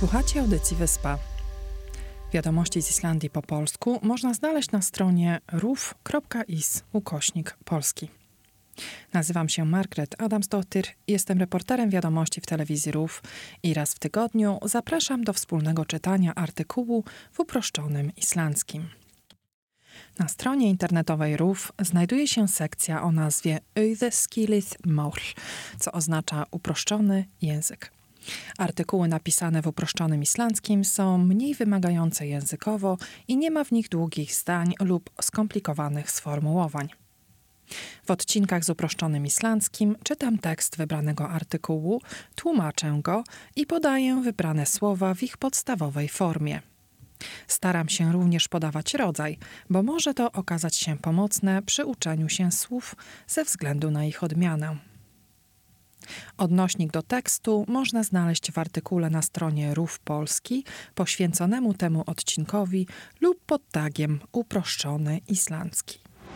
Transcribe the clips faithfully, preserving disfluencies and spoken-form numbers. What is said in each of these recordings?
Słuchacie audycji Wyspa. Wiadomości z Islandii po polsku można znaleźć na stronie ruf kropka is ukośnik polski. Nazywam się Margaret Adamsdottir, jestem reporterem wiadomości w telewizji RÚ i raz w tygodniu zapraszam do wspólnego czytania artykułu w uproszczonym islandzkim. Na stronie internetowej RÚ znajduje się sekcja o nazwie Auðskilið mál, co oznacza uproszczony język. Artykuły napisane w uproszczonym islandzkim są mniej wymagające językowo i nie ma w nich długich zdań lub skomplikowanych sformułowań. W odcinkach z uproszczonym islandzkim czytam tekst wybranego artykułu, tłumaczę go i podaję wybrane słowa w ich podstawowej formie. Staram się również podawać rodzaj, bo może to okazać się pomocne przy uczeniu się słów ze względu na ich odmianę. Odnośnik do tekstu można znaleźć w artykule na stronie RÚ Polski poświęconemu temu odcinkowi lub pod tagiem uproszczony islandzki.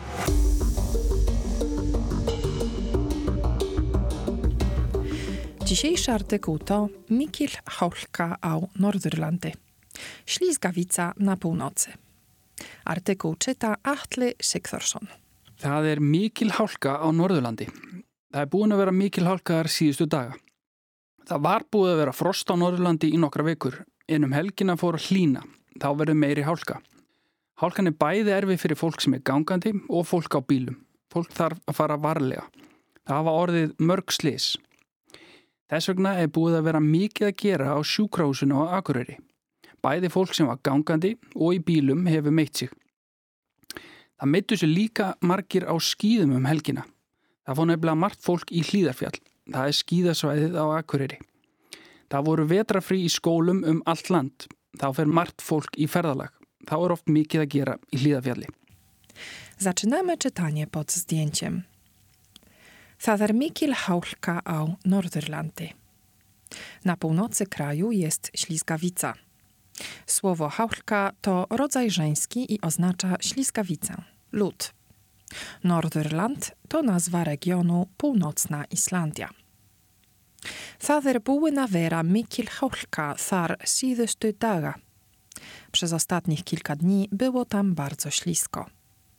Dzisiejszy artykuł to Mikil hálka á Norðurlandi. Ślizgawica na północy. Artykuł czyta Atli Sigþórsson. Það er mikil hálka á Norðurlandi. Það er búin að vera mikil hálka þar síðustu daga. Það var búið að vera frost á Norðurlandi í nokkra vikur, en um helgina fór að hlýna. Þá verður meiri hálka. Hálkan er bæði erfið fyrir fólk sem er gangandi og fólk á bílum. Fólk þarf að fara varlega. Það hafa orðið mörg slys. Þess vegna er búið að vera mikið að gera á sjúkrahúsinu á Akureyri. Bæði fólk sem var gangandi og í bílum hefur meitt sig. Það meittu sig líka margir á skíðum um helgina. Það fór nefnilega margt fólk í Hlíðarfjall. Það er skíðasvæðið á Akureyri. Það voru vetrafrí í skólum um allt land. Þá fer margt fólk í ferðalag. Þá er oft mikið að gera í Hlíðarfjalli. Zaczynamy czytanie pod zdjęciem. Það er mikil hálka á Norðurlandi. Na północy kraju jest ślizgawica. Słowo hálka to rodzaj żeński i oznacza ślizgawicę, lód. Norðurland to nazwa regionu Północna Islandia. Það er búin að vera mikil hálka þar síðustu daga. Przez ostatnich kilka dni było tam bardzo ślisko.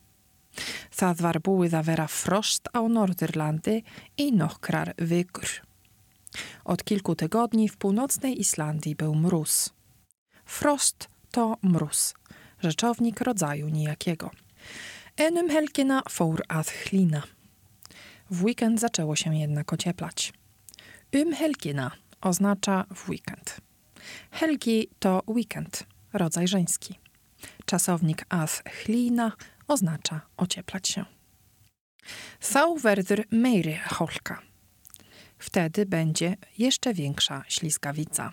Það var búið að vera frost á Norðurlandi i nokkrar vikur. Od kilku tygodni w północnej Islandii był mróz. Frost to mróz, rzeczownik rodzaju nijakiego. En um helgina fór að hlýna. W weekend zaczęło się jednak ocieplać. Um helgina oznacza w weekend. Helgi to weekend, rodzaj żeński. Czasownik að hlýna oznacza ocieplać się. Þá verður meiri hálka. Wtedy będzie jeszcze większa ślizgawica.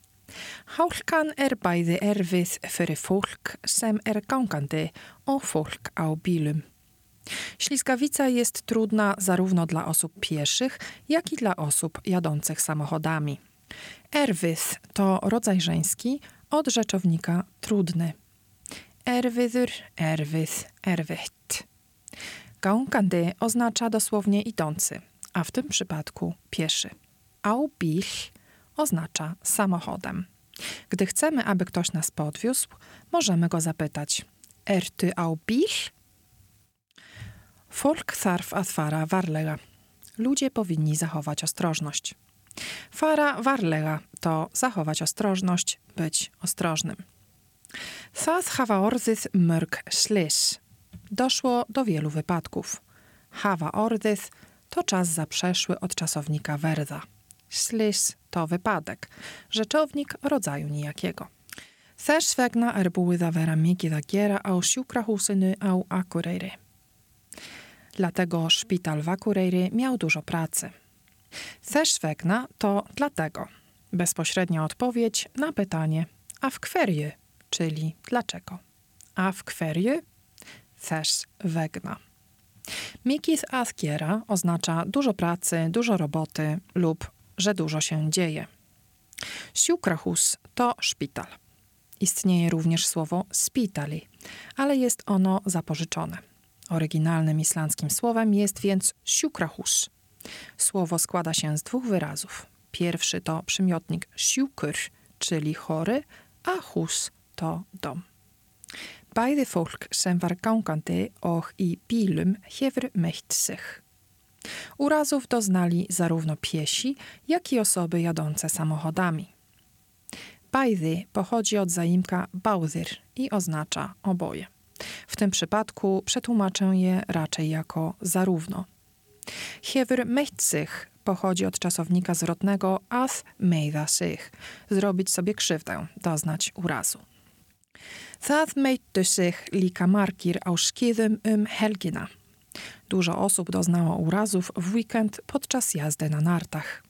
Hálkan er bæði erfið fyrir fólk sem er gangandi og fólk á bílum. Ślizgawica jest trudna zarówno dla osób pieszych, jak i dla osób jadących samochodami. Erfið to rodzaj żeński od rzeczownika trudny. Erfiður, erfið, erfitt. Gangandi oznacza dosłownie idący, a w tym przypadku pieszy. Á bíl oznacza samochodem. Gdy chcemy, aby ktoś nas podwiózł, możemy go zapytać: Ertu á bíl? Fólk þarf að fara varlega. Ludzie powinni zachować ostrożność. Fara varlega to zachować ostrożność, być ostrożnym. Það hafa orðið mörg slys. Doszło do wielu wypadków. Hafa orðið to czas zaprzeszły od czasownika verða. Slys to wypadek, rzeczownik rodzaju nijakiego. Þess vegna er búið að vera mikið að gera á sjúkrahúsinu á Akureyri. Dlatego szpital w Akureyri miał dużo pracy. Þess vegna to dlatego. Bezpośrednia odpowiedź na pytanie af hverju, czyli dlaczego. Af hverju? Þess vegna. Mikið að gera oznacza dużo pracy, dużo roboty lub że dużo się dzieje. Sjúkrahús to szpital. Istnieje również słowo spítali, ale jest ono zapożyczone. Oryginalnym islandzkim słowem jest więc sjúkrahús. Słowo składa się z dwóch wyrazów. Pierwszy to przymiotnik sjúkur, czyli chory, a hus to dom. Bæði fólk sem var gangandi och i bílum hefur meitt sich. Urazów doznali zarówno piesi, jak i osoby jadące samochodami. Bæði pochodzi od zaimka báðir i oznacza oboje. W tym przypadku przetłumaczę je raczej jako zarówno. Hefur meitt sich pochodzi od czasownika zwrotnego að meiða sich, zrobić sobie krzywdę, doznać urazu. Það meiddu sich líka margir á skíðum um helgina. Dużo osób doznało urazów w weekend podczas jazdy na nartach.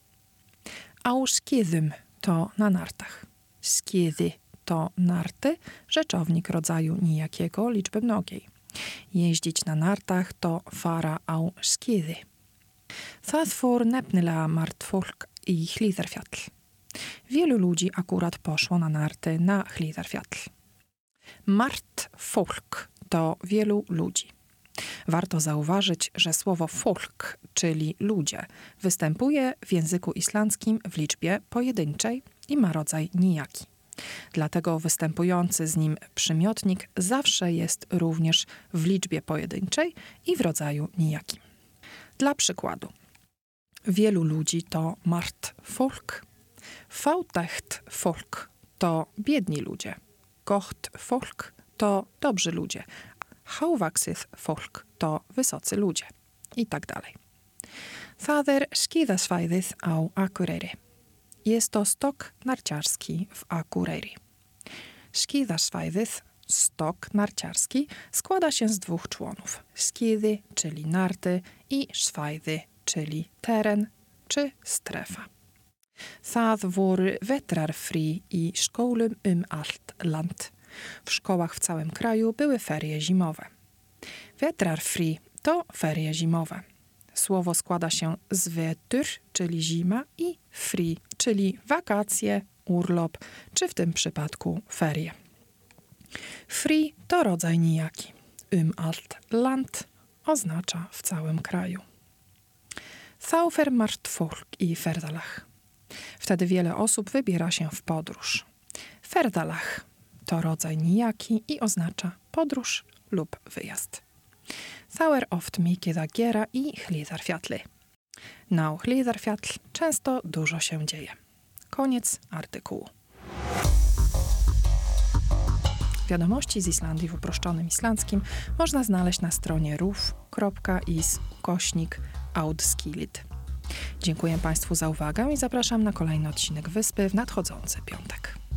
Á skíðum to na nartach. Skíði to narty, rzeczownik rodzaju nijakiego liczby mnogiej. Jeździć na nartach to fara á skíði. Það fór nefnilega margt fólk í Hlíðarfjall. Wielu ludzi akurat poszło na narty na Hlíðarfjall. Margt folk to wielu ludzi. Warto zauważyć, że słowo folk, czyli ludzie, występuje w języku islandzkim w liczbie pojedynczej i ma rodzaj nijaki. Dlatego występujący z nim przymiotnik zawsze jest również w liczbie pojedynczej i w rodzaju nijakim. Dla przykładu, wielu ludzi to margt folk, fátækt folk to biedni ludzie, gott folk to dobrzy ludzie, hávaxið folk to wysocy ludzie i tak dalej. Það er skíðasvæðið á Akureyri. Jest to stok narciarski w Akureyri. Skíðasvæðið, stok narciarski, składa się z dwóch członów. Skíði, czyli narty, i svæði, czyli teren czy strefa. Það voru vetrarfrí í skólum um allt land. W szkołach w całym kraju były ferie zimowe. Vetrarfrí to ferie zimowe. Słowo składa się z vetur, czyli zima, i frí, czyli wakacje, urlop, czy w tym przypadku ferie. Frí to rodzaj nijaki. Um allt land oznacza w całym kraju. Þá fer margt fólk í ferðalag. Wtedy wiele osób wybiera się w podróż. Ferðalag to rodzaj nijaki i oznacza podróż lub wyjazd. Þá er oft mikið að gera í Hlíðarfjalli. Na Hlíðarfjall często dużo się dzieje. Koniec artykułu. Wiadomości z Islandii w uproszczonym islandzkim można znaleźć na stronie ruf kropka is ukośnik audskillit. Dziękuję Państwu za uwagę i zapraszam na kolejny odcinek Wyspy w nadchodzący piątek.